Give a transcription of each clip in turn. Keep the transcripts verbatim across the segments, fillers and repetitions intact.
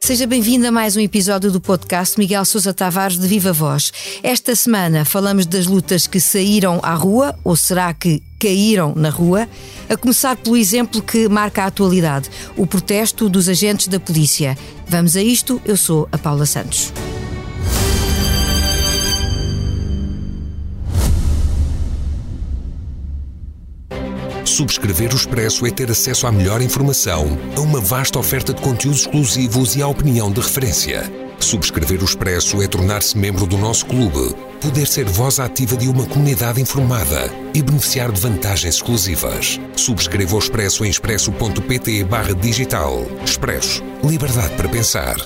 Seja bem-vindo a mais um episódio do podcast Miguel Sousa Tavares de Viva Voz. Esta semana falamos das lutas que saíram à rua, ou será que caíram na rua? A começar pelo exemplo que marca a atualidade, o protesto dos agentes da polícia. Vamos a isto, eu sou a Paula Santos. Subscrever o Expresso é ter acesso à melhor informação, a uma vasta oferta de conteúdos exclusivos e à opinião de referência. Subscrever o Expresso é tornar-se membro do nosso clube, poder ser voz ativa de uma comunidade informada e beneficiar de vantagens exclusivas. Subscreva o Expresso em expresso.pt barra digital. Expresso. Liberdade para pensar.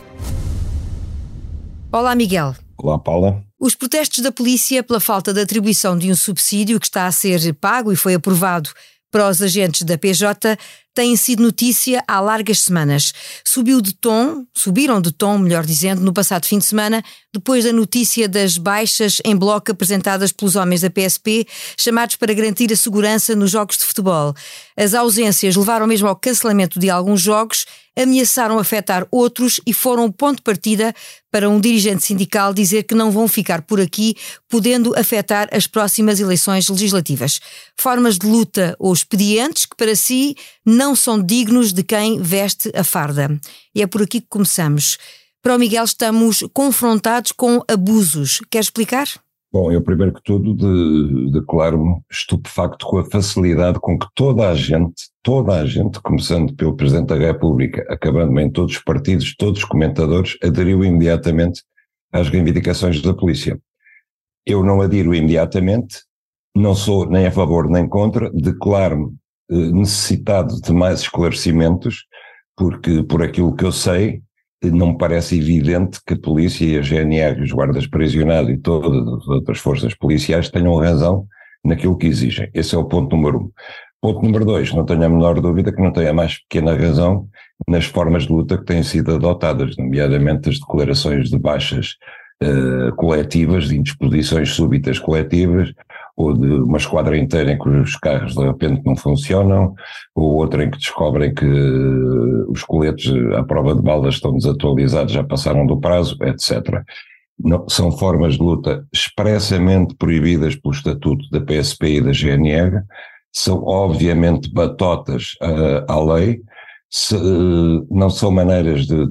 Olá, Miguel. Olá, Paula. Os protestos da polícia pela falta de atribuição de um subsídio que está a ser pago e foi aprovado para os agentes da P J têm sido notícia há largas semanas. Subiu de tom, subiram de tom, melhor dizendo, no passado fim de semana, depois da notícia das baixas em bloco apresentadas pelos homens da P S P, chamados para garantir a segurança nos jogos de futebol. As ausências levaram mesmo ao cancelamento de alguns jogos, ameaçaram afetar outros e foram o ponto de partida para um dirigente sindical dizer que não vão ficar por aqui, podendo afetar as próximas eleições legislativas. Formas de luta ou expedientes que para si não são dignos de quem veste a farda. E é por aqui que começamos. Para o Miguel estamos confrontados com abusos. Quer explicar? Bom, eu primeiro que tudo de, declaro-me estupefacto com a facilidade com que toda a gente, toda a gente, começando pelo Presidente da República, acabando em todos os partidos, todos os comentadores, aderiu imediatamente às reivindicações da polícia. Eu não adiro imediatamente, não sou nem a favor nem contra, declaro-me eh, necessitado de mais esclarecimentos, porque por aquilo que eu sei, não me parece evidente que a polícia e a G N R, os guardas prisionais e todas as outras forças policiais tenham razão naquilo que exigem. Esse é o ponto número um. Ponto número dois, não tenho a menor dúvida que não tenho a mais pequena razão nas formas de luta que têm sido adotadas, nomeadamente as declarações de baixas uh, coletivas, de indisposições súbitas coletivas, ou de uma esquadra inteira em que os carros de repente não funcionam, ou outra em que descobrem que os coletes à prova de balas estão desatualizados, já passaram do prazo, etcétera. Não, são formas de luta expressamente proibidas pelo Estatuto da P S P e da G N R, são obviamente batotas uh, à lei, se, uh, não são maneiras de,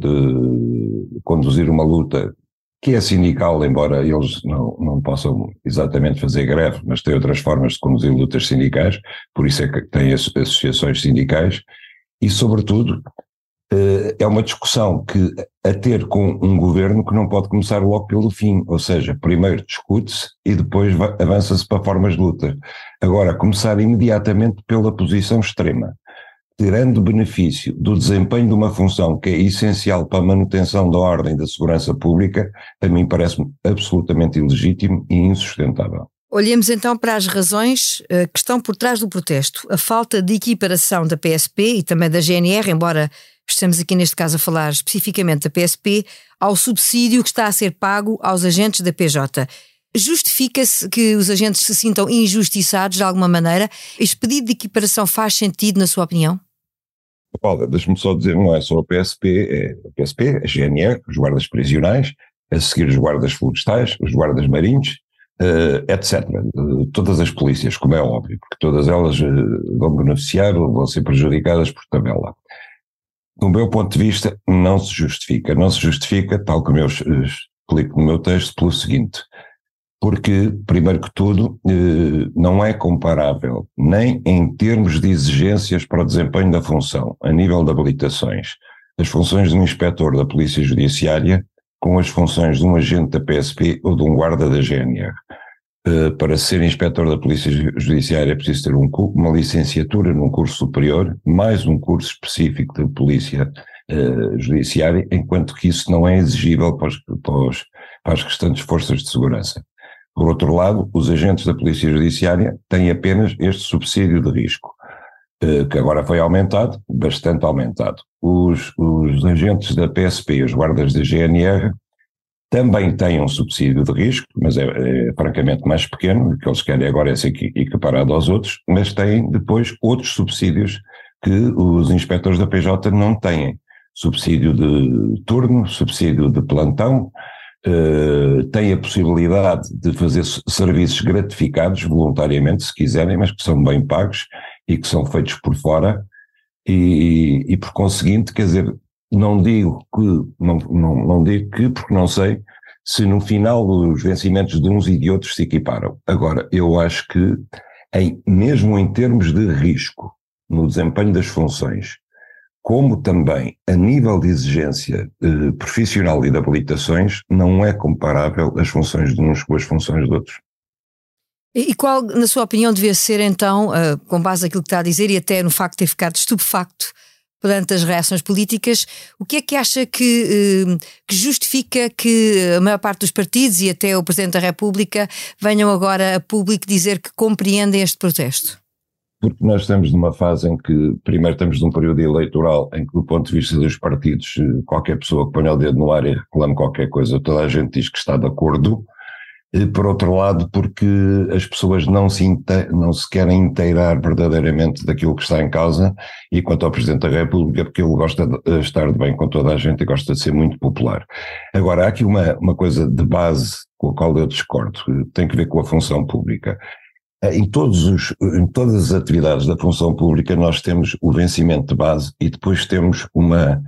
de conduzir uma luta que é sindical, embora eles não, não possam exatamente fazer greve, mas têm outras formas de conduzir lutas sindicais, por isso é que têm associações sindicais, e sobretudo é uma discussão que a ter com um governo que não pode começar logo pelo fim, ou seja, primeiro discute-se e depois avança-se para formas de luta. Agora, começar imediatamente pela posição extrema, tirando benefício do desempenho de uma função que é essencial para a manutenção da ordem e da segurança pública, a mim parece-me absolutamente ilegítimo e insustentável. Olhemos então para as razões uh, que estão por trás do protesto. A falta de equiparação da P S P e também da G N R, embora estamos aqui neste caso a falar especificamente da P S P, ao subsídio que está a ser pago aos agentes da P J. Justifica-se que os agentes se sintam injustiçados de alguma maneira? Este pedido de equiparação faz sentido, na sua opinião? Paulo, deixa-me só dizer, não é só a P S P, é a P S P, a G N R, os guardas prisionais, a seguir os guardas florestais, os guardas marinhos, uh, etcétera. Uh, todas as polícias, como é óbvio, porque todas elas uh, vão beneficiar ou vão ser prejudicadas por tabela. Do meu ponto de vista, não se justifica. Não se justifica, tal como eu uh, explico no meu texto, pelo seguinte: porque, primeiro que tudo, não é comparável nem em termos de exigências para o desempenho da função, a nível de habilitações, as funções de um inspetor da Polícia Judiciária com as funções de um agente da P S P ou de um guarda da G N R. Para ser inspetor da Polícia Judiciária é preciso ter um, uma licenciatura num curso superior, mais um curso específico de Polícia Judiciária, enquanto que isso não é exigível para, os, para, os, para as restantes forças de segurança. Por outro lado, os agentes da Polícia Judiciária têm apenas este subsídio de risco, que agora foi aumentado, bastante aumentado. Os, os agentes da P S P e os guardas da G N R também têm um subsídio de risco, mas é, é francamente mais pequeno, o que eles querem agora é ser equiparado aos outros, mas têm depois outros subsídios que os inspectores da P J não têm. subsídio de turno, subsídio de plantão, uh, têm a possibilidade de fazer serviços gratificados voluntariamente, se quiserem, mas que são bem pagos e que são feitos por fora, e, e por conseguinte, quer dizer, não digo que, não, não, não digo que, porque não sei se no final os vencimentos de uns e de outros se equiparam. Agora, eu acho que, em, mesmo em termos de risco no desempenho das funções, como também a nível de exigência eh, profissional e de habilitações, não é comparável as funções de uns com as funções de outros. E qual, na sua opinião, devia ser então, uh, com base naquilo que está a dizer e até no facto de ter ficado estupefacto perante as reações políticas, o que é que acha que, uh, que justifica que a maior parte dos partidos e até o Presidente da República venham agora a público dizer que compreendem este protesto? Porque nós estamos numa fase em que, primeiro estamos num período eleitoral em que, do ponto de vista dos partidos, qualquer pessoa que ponha o dedo no ar e reclame qualquer coisa, toda a gente diz que está de acordo. E, por outro lado, porque as pessoas não se, inte- não se querem inteirar verdadeiramente daquilo que está em causa, e quanto ao Presidente da República, porque ele gosta de estar de bem com toda a gente e gosta de ser muito popular. Agora, há aqui uma, uma coisa de base com a qual eu discordo, que tem que ver com a função pública. Em, todos os, em todas as atividades da função pública nós temos o vencimento de base e depois temos uma,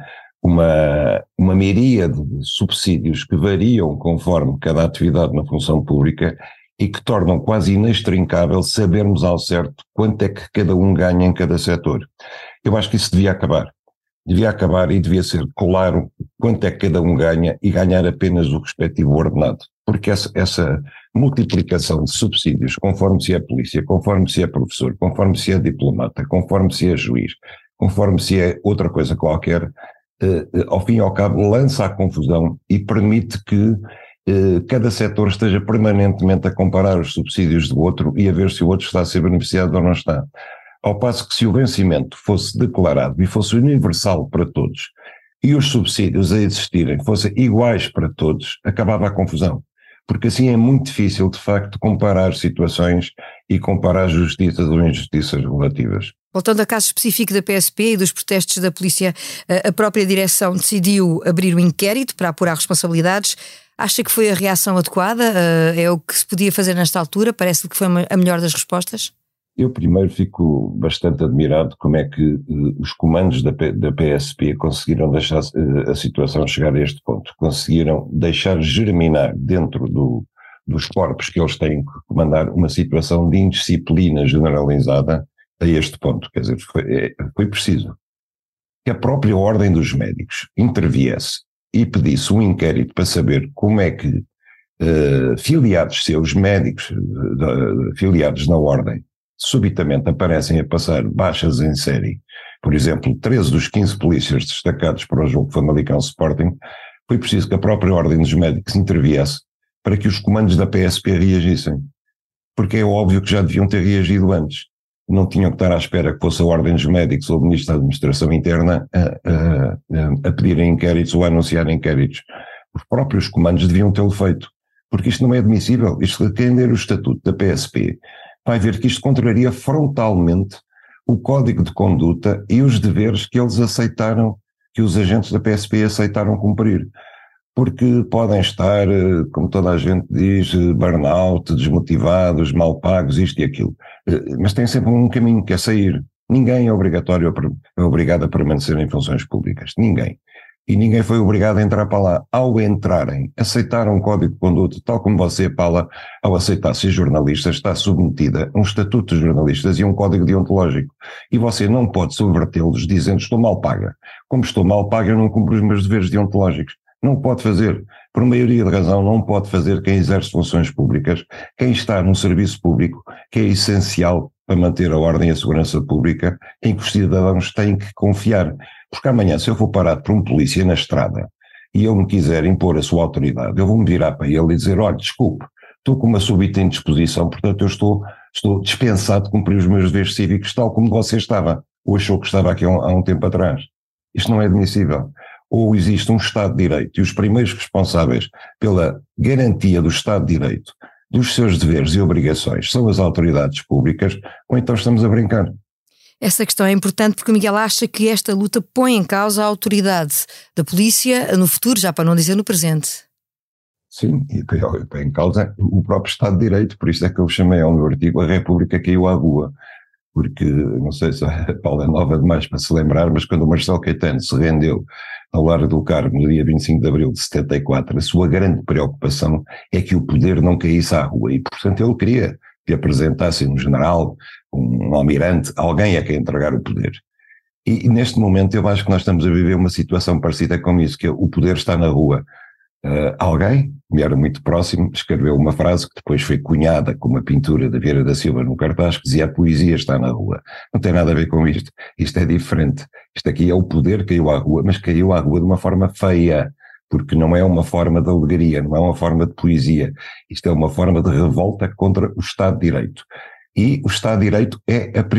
uma, uma miríade de subsídios que variam conforme cada atividade na função pública e que tornam quase inextrincável sabermos ao certo quanto é que cada um ganha em cada setor. Eu acho que isso devia acabar. Devia acabar e devia ser claro quanto é que cada um ganha e ganhar apenas o respectivo ordenado. Porque essa, essa multiplicação de subsídios, conforme se é polícia, conforme se é professor, conforme se é diplomata, conforme se é juiz, conforme se é outra coisa qualquer, eh, ao fim e ao cabo lança a confusão e permite que eh, cada setor esteja permanentemente a comparar os subsídios do outro e a ver se o outro está a ser beneficiado ou não está. Ao passo que se o vencimento fosse declarado e fosse universal para todos e os subsídios a existirem fossem iguais para todos, acabava a confusão. Porque assim é muito difícil, de facto, comparar situações e comparar justiças ou injustiças relativas. Voltando ao caso específico da P S P e dos protestos da polícia, a própria direção decidiu abrir um inquérito para apurar responsabilidades. Acha que foi a reação adequada? É o que se podia fazer nesta altura? Parece-lhe que foi a melhor das respostas? Eu primeiro fico bastante admirado como é que uh, os comandos da, P, da P S P conseguiram deixar uh, a situação chegar a este ponto. Conseguiram deixar germinar dentro do, dos corpos que eles têm que comandar uma situação de indisciplina generalizada a este ponto. Quer dizer, foi, é, foi preciso que a própria Ordem dos Médicos interviesse e pedisse um inquérito para saber como é que uh, filiados seus, médicos uh, filiados na Ordem, subitamente aparecem a passar baixas em série. Por exemplo, treze dos quinze polícias destacados para o jogo Famalicão Sporting, foi preciso que a própria Ordem dos Médicos interviesse para que os comandos da P S P reagissem. Porque é óbvio que já deviam ter reagido antes. Não tinham que estar à espera que fosse a Ordem dos Médicos ou o Ministro da Administração Interna a, a, a pedirem inquéritos ou a anunciarem inquéritos. Os próprios comandos deviam tê-lo feito. Porque isto não é admissível. Isto, quem ler o estatuto da P S P vai ver que isto contraria frontalmente o código de conduta e os deveres que eles aceitaram, que os agentes da P S P aceitaram cumprir. Porque podem estar, como toda a gente diz, burnout, desmotivados, mal pagos, isto e aquilo. Mas tem sempre um caminho que é sair. Ninguém é obrigatório, é obrigado a permanecer em funções públicas. Ninguém. E ninguém foi obrigado a entrar para lá. Ao entrarem, aceitaram um código de conduta, tal como você, Paula, ao aceitar ser jornalista, está submetida a um estatuto de jornalistas e a um código deontológico. E você não pode subvertê-los dizendo estou mal paga. Como estou mal paga, eu não cumpro os meus deveres deontológicos. Não pode fazer. Por maioria de razão, não pode fazer quem exerce funções públicas, quem está num serviço público, que é essencial para manter a ordem e a segurança pública, em que os cidadãos têm que confiar. Porque amanhã, se eu for parado por um polícia na estrada e ele me quiser impor a sua autoridade, eu vou-me virar para ele e dizer, olha, desculpe, estou com uma súbita indisposição, portanto eu estou, estou dispensado de cumprir os meus deveres cívicos, tal como você estava, ou achou que estava aqui há um, há um tempo atrás. Isto não é admissível. Ou existe um Estado de Direito e os primeiros responsáveis pela garantia do Estado de Direito, dos seus deveres e obrigações, são as autoridades públicas, ou então estamos a brincar. Essa questão é importante porque o Miguel acha que esta luta põe em causa a autoridade da polícia no futuro, já para não dizer no presente. Sim, e põe em causa o próprio Estado de Direito, por isso é que eu chamei ao meu artigo "A República caiu à rua", porque, não sei se a Paula é nova demais para se lembrar, mas quando o Marcelo Caetano se rendeu ao Largo do Carmo no dia vinte e cinco de abril de setenta e quatro, a sua grande preocupação é que o poder não caísse à rua, e portanto ele queria que apresentassem um general, um almirante, alguém a quem entregar o poder. E, e neste momento eu acho que nós estamos a viver uma situação parecida com isso, que é o poder está na rua. Uh, alguém, me era muito próximo, escreveu uma frase que depois foi cunhada com uma pintura de Vieira da Silva no cartaz que dizia: "A poesia está na rua". Não tem nada a ver com isto, isto é diferente. Isto aqui é o poder que caiu à rua, mas caiu à rua de uma forma feia, porque não é uma forma de alegria, não é uma forma de poesia, isto é uma forma de revolta contra o Estado de Direito. E o Estado de Direito é a,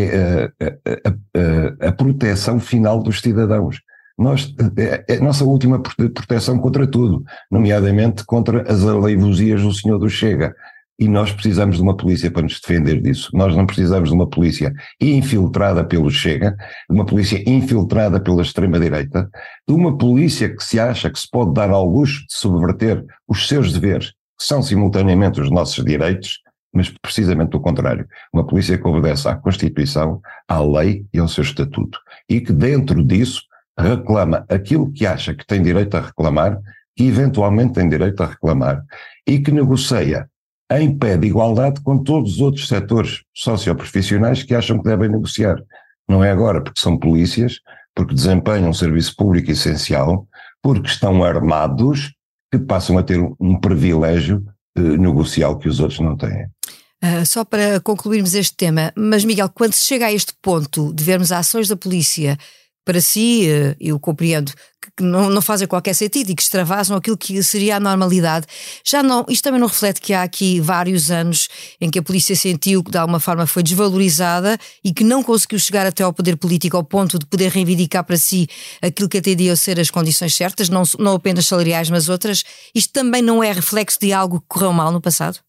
é a, a, a, a proteção final dos cidadãos. Nós, é a nossa última proteção contra tudo, nomeadamente contra as aleivosias do senhor do Chega. E nós precisamos de uma polícia para nos defender disso. Nós não precisamos de uma polícia infiltrada pelo Chega, de uma polícia infiltrada pela extrema-direita, de uma polícia que se acha que se pode dar ao luxo de subverter os seus deveres, que são simultaneamente os nossos direitos, mas precisamente o contrário. Uma polícia que obedece à Constituição, à lei e ao seu estatuto. E que dentro disso reclama aquilo que acha que tem direito a reclamar, que eventualmente tem direito a reclamar, e que negocia em pé de igualdade com todos os outros setores socioprofissionais que acham que devem negociar. Não é agora porque são polícias, porque desempenham um serviço público essencial, porque estão armados, que passam a ter um privilégio eh, negocial que os outros não têm. Uh, só para concluirmos este tema, mas Miguel, quando se chega a este ponto de vermos ações da polícia, para si, eu compreendo que não, não fazem qualquer sentido e que extravasam aquilo que seria a normalidade. Já não, isto também não reflete que há aqui vários anos em que a polícia sentiu que de alguma forma foi desvalorizada e que não conseguiu chegar até ao poder político ao ponto de poder reivindicar para si aquilo que atendiam a ser as condições certas, não, não apenas salariais, mas outras. Isto também não é reflexo de algo que correu mal no passado?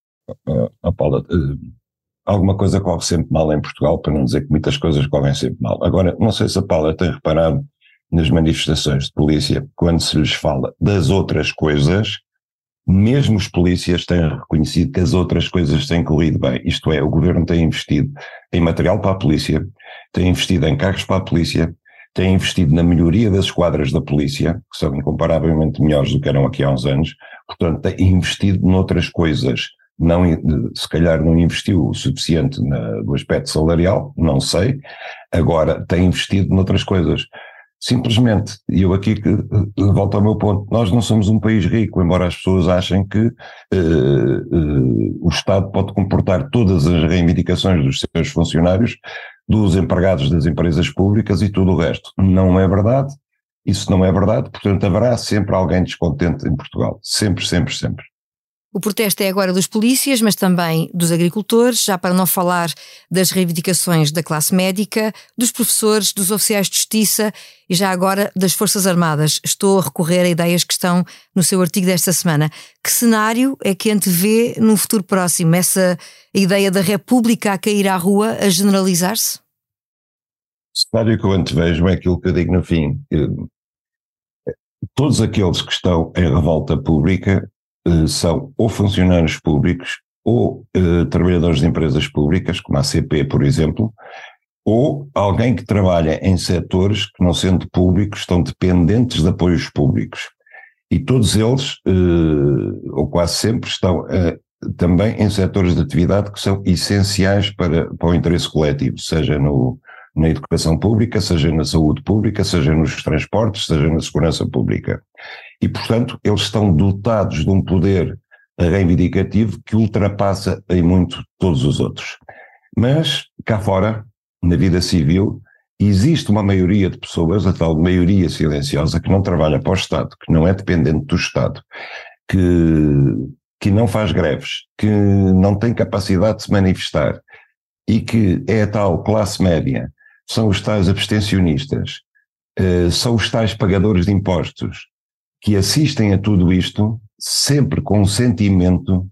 Uh, uh, Paula, uh... alguma coisa corre sempre mal em Portugal, para não dizer que muitas coisas correm sempre mal. Agora, não sei se a Paula tem reparado nas manifestações de polícia, quando se lhes fala das outras coisas, mesmo os polícias têm reconhecido que as outras coisas têm corrido bem. Isto é, o governo tem investido em material para a polícia, tem investido em carros para a polícia, tem investido na melhoria das esquadras da polícia, que são incomparavelmente melhores do que eram aqui há uns anos, portanto tem investido noutras coisas. Não, se calhar não investiu o suficiente na, no aspecto salarial, não sei, agora tem investido noutras coisas. Simplesmente, e eu aqui que volto ao meu ponto, nós não somos um país rico, embora as pessoas achem que uh, uh, o Estado pode comportar todas as reivindicações dos seus funcionários, dos empregados das empresas públicas e tudo o resto. Não é verdade, isso não é verdade, portanto haverá sempre alguém descontente em Portugal, sempre, sempre, sempre. O protesto é agora dos polícias, mas também dos agricultores, já para não falar das reivindicações da classe médica, dos professores, dos oficiais de justiça e já agora das Forças Armadas. Estou a recorrer a ideias que estão no seu artigo desta semana. Que cenário é que antevê num futuro próximo? Essa ideia da República a cair à rua, a generalizar-se? O cenário que eu antevejo é aquilo que eu digo no fim. Todos aqueles que estão em revolta pública são ou funcionários públicos ou eh, trabalhadores de empresas públicas, como a C P, por exemplo, ou alguém que trabalha em setores que, não sendo públicos, estão dependentes de apoios públicos. E todos eles, eh, ou quase sempre, estão eh, também em setores de atividade que são essenciais para, para o interesse coletivo, seja no, na educação pública, seja na saúde pública, seja nos transportes, seja na segurança pública. E, portanto, eles estão dotados de um poder reivindicativo que ultrapassa em muito todos os outros. Mas, cá fora, na vida civil, existe uma maioria de pessoas, a tal maioria silenciosa, que não trabalha para o Estado, que não é dependente do Estado, que, que não faz greves, que não tem capacidade de se manifestar e que é a tal classe média, são os tais abstencionistas, são os tais pagadores de impostos, que assistem a tudo isto sempre com um sentimento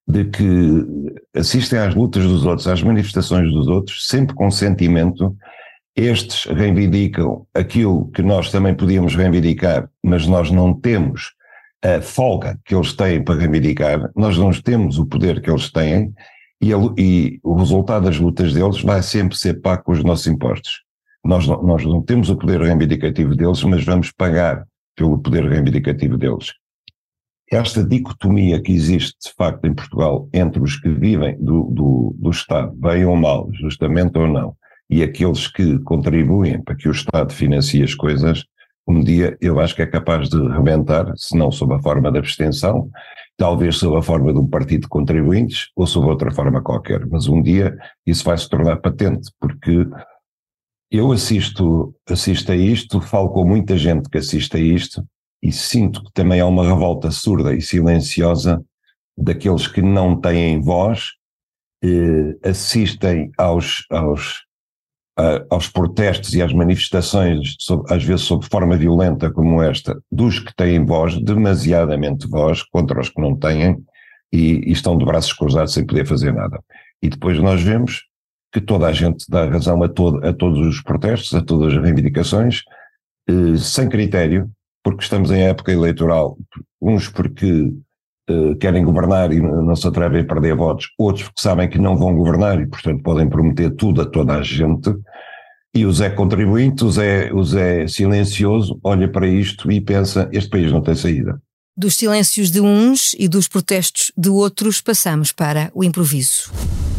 de que assistem às lutas dos outros, às manifestações dos outros, sempre com sentimento. Estes reivindicam aquilo que nós também podíamos reivindicar, mas nós não temos a folga que eles têm para reivindicar, nós não temos o poder que eles têm, e, a, e o resultado das lutas deles vai sempre ser pago com os nossos impostos. Nós não, nós não temos o poder reivindicativo deles, mas vamos pagar pelo poder reivindicativo deles. Esta dicotomia que existe, de facto, em Portugal, entre os que vivem do, do, do Estado, bem ou mal, justamente ou não, e aqueles que contribuem para que o Estado financie as coisas, um dia eu acho que é capaz de rebentar, se não sob a forma da abstenção, talvez sob a forma de um partido de contribuintes ou sob outra forma qualquer, mas um dia isso vai se tornar patente, porque eu assisto, assisto a isto, falo com muita gente que assiste a isto e sinto que também há uma revolta surda e silenciosa daqueles que não têm voz, eh, assistem aos, aos, a, aos protestos e às manifestações, sob, às vezes sob forma violenta como esta, dos que têm voz, demasiadamente voz, contra os que não têm, e, e estão de braços cruzados sem poder fazer nada. E depois nós vemos que toda a gente dá razão a, todo, a todos os protestos, a todas as reivindicações, eh, sem critério, porque estamos em época eleitoral, uns porque eh, querem governar e não se atrevem a perder votos, outros porque sabem que não vão governar e, portanto, podem prometer tudo a toda a gente, e o Zé contribuinte, o Zé, o Zé silencioso, olha para isto e pensa, este país não tem saída. Dos silêncios de uns e dos protestos de outros, passamos para o improviso.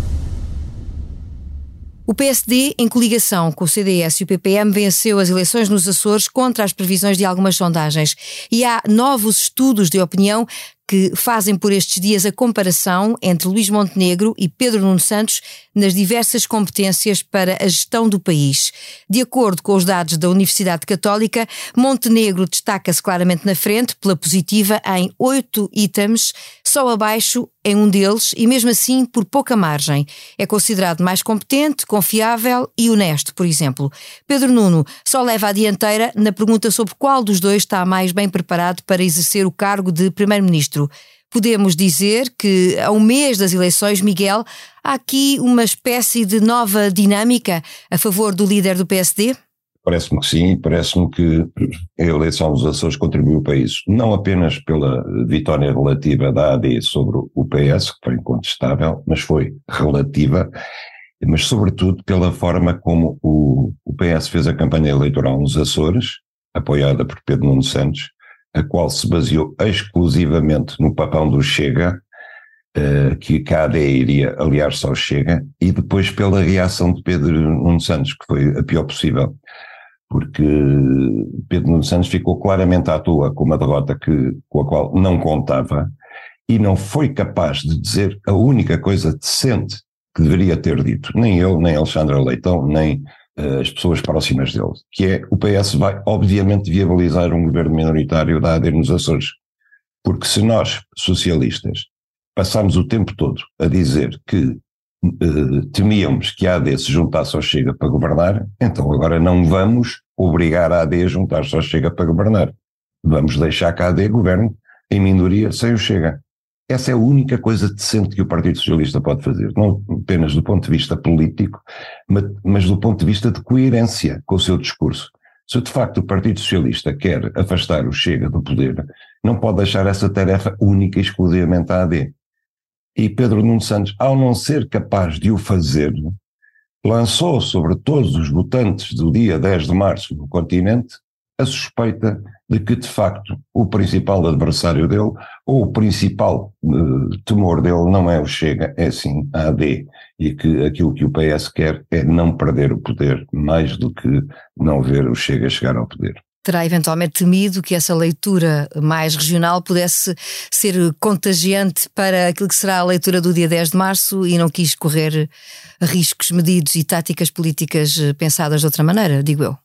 O P S D, em coligação com o C D S e o P P M, venceu as eleições nos Açores contra as previsões de algumas sondagens. E há novos estudos de opinião que fazem por estes dias a comparação entre Luís Montenegro e Pedro Nuno Santos nas diversas competências para a gestão do país. De acordo com os dados da Universidade Católica, Montenegro destaca-se claramente na frente, pela positiva, em oito itens, só abaixo em um deles e mesmo assim por pouca margem. É considerado mais competente, confiável e honesto, por exemplo. Pedro Nuno só leva a dianteira na pergunta sobre qual dos dois está mais bem preparado para exercer o cargo de Primeiro-Ministro. Podemos dizer que, a um mês das eleições, Miguel, há aqui uma espécie de nova dinâmica a favor do líder do P S D? Parece-me que sim, parece-me que a eleição dos Açores contribuiu para isso, não apenas pela vitória relativa da A D sobre o P S, que foi incontestável, mas foi relativa, mas sobretudo pela forma como o, o P S fez a campanha eleitoral nos Açores, apoiada por Pedro Nuno Santos, a qual se baseou exclusivamente no papão do Chega, uh, que a A D iria aliar-se ao Chega, e depois pela reação de Pedro Nuno Santos, que foi a pior possível, porque Pedro Nuno Santos ficou claramente à toa com uma derrota que, com a qual não contava e não foi capaz de dizer a única coisa decente que deveria ter dito, nem eu, nem Alexandre Leitão, nem as pessoas próximas dele, que é o P S vai obviamente viabilizar um governo minoritário da A D nos Açores, porque se nós, socialistas, passamos o tempo todo a dizer que eh, temíamos que a A D se juntasse ao Chega para governar, então agora não vamos obrigar a A D a juntar-se ao Chega para governar, vamos deixar que a A D governe em minoria sem o Chega. Essa é a única coisa decente que o Partido Socialista pode fazer, não apenas do ponto de vista político, mas, mas do ponto de vista de coerência com o seu discurso. Se de facto o Partido Socialista quer afastar o Chega do poder, não pode deixar essa tarefa única e exclusivamente à A D. E Pedro Nuno Santos, ao não ser capaz de o fazer, lançou sobre todos os votantes do dia dez de março no continente a suspeita de que, de facto, o principal adversário dele, ou o principal uh, temor dele não é o Chega, é sim a A D, e que aquilo que o P S quer é não perder o poder, mais do que não ver o Chega chegar ao poder. Terá eventualmente temido que essa leitura mais regional pudesse ser contagiante para aquilo que será a leitura do dia dez de março e não quis correr riscos medidos e táticas políticas pensadas de outra maneira, digo eu.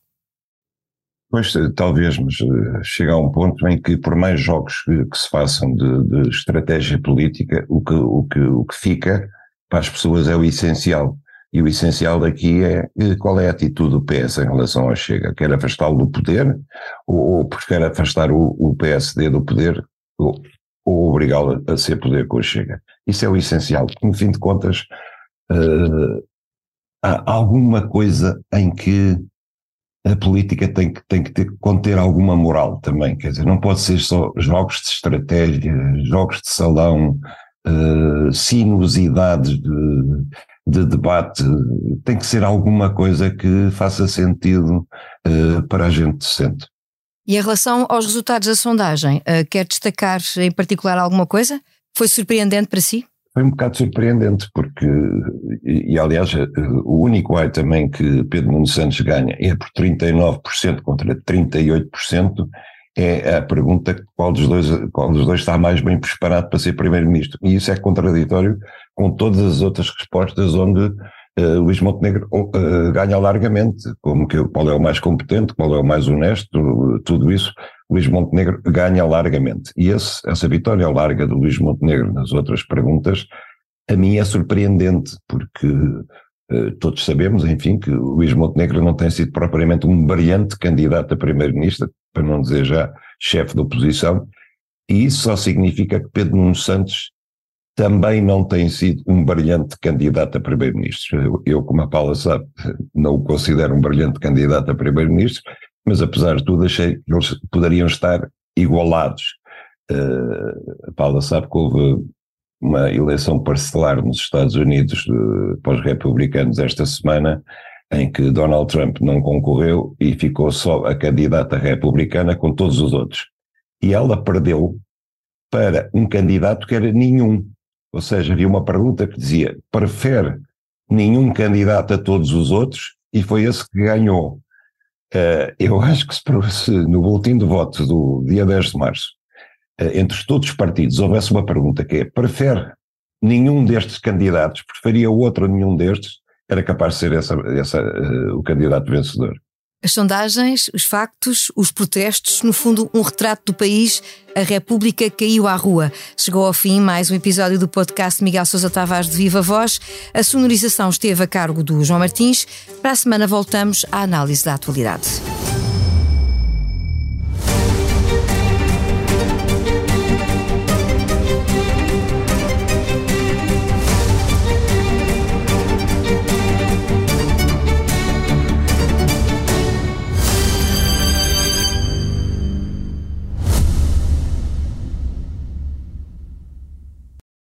Pois, talvez, mas uh, chega a um ponto em que, por mais jogos que, que se façam de, de estratégia política, o que, o, que, o que fica para as pessoas é o essencial. E o essencial daqui é qual é a atitude do P S em relação ao Chega. Quer afastá-lo do poder ou, ou prefere afastar o, o P S D do poder? Ou, ou obrigá-lo a ser poder com o Chega. Isso é o essencial, porque no fim de contas uh, há alguma coisa em que a política tem que, tem que ter, conter alguma moral também, quer dizer, não pode ser só jogos de estratégia, jogos de salão, uh, sinuosidades de, de debate, tem que ser alguma coisa que faça sentido uh, para a gente decente. E em relação aos resultados da sondagem, uh, quer destacar em particular alguma coisa? Foi surpreendente para si? Foi um bocado surpreendente, porque, e, e aliás, o único ai também que Pedro Nuno Santos ganha é por trinta e nove por cento contra trinta e oito por cento, é a pergunta qual dos dois, qual dos dois está mais bem preparado para ser primeiro-ministro. E isso é contraditório com todas as outras respostas onde uh, Luís Montenegro uh, ganha largamente, como que qual é o mais competente, qual é o mais honesto, tudo isso. Luís Montenegro ganha largamente. E esse, essa vitória larga de Luís Montenegro nas outras perguntas, a mim é surpreendente, porque uh, todos sabemos, enfim, que Luís Montenegro não tem sido propriamente um brilhante candidato a primeiro-ministro, para não dizer já chefe da oposição, e isso só significa que Pedro Nuno Santos também não tem sido um brilhante candidato a primeiro-ministro. Eu, eu, como a Paula sabe, não o considero um brilhante candidato a primeiro-ministro, mas apesar de tudo achei que eles poderiam estar igualados. Uh, a Paula sabe que houve uma eleição parcelar nos Estados Unidos de, para os republicanos esta semana, em que Donald Trump não concorreu e ficou só a candidata republicana com todos os outros. E ela perdeu para um candidato que era nenhum. Ou seja, havia uma pergunta que dizia, prefere nenhum candidato a todos os outros? E foi esse que ganhou. Uh, eu acho que se, se no boletim de voto do dia dez de março, uh, entre todos os partidos, houvesse uma pergunta que é, prefere nenhum destes candidatos, preferia o outro a nenhum destes, era capaz de ser essa, essa, uh, o candidato vencedor. As sondagens, os factos, os protestos, no fundo um retrato do país, a República caiu à rua. Chegou ao fim mais um episódio do podcast Miguel Sousa Tavares de Viva Voz. A sonorização esteve a cargo do João Martins. Para a semana voltamos à análise da atualidade.